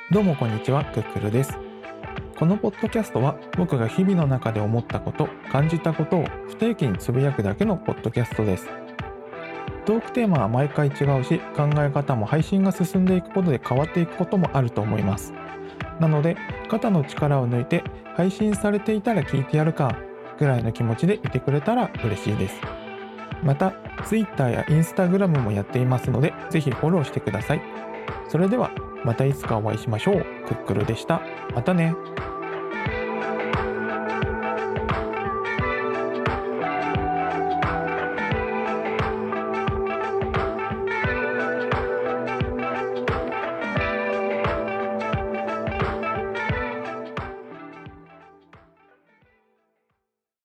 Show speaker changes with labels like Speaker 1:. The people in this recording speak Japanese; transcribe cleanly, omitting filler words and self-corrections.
Speaker 1: どうもこんにちは、クックルです。このポッドキャストは僕が日々の中で思ったこと、感じたことを不定期につぶやくだけのポッドキャストです。トークテーマは毎回違うし、考え方も配信が進んでいくことで変わっていくこともあると思います。なので、肩の力を抜いて配信されていたら聞いてやるかぐらいの気持ちでいてくれたら嬉しいです。また、Twitter や Instagram もやっていますので、ぜひフォローしてください。それではまたいつかお会いしましょう。クックルでした。またね。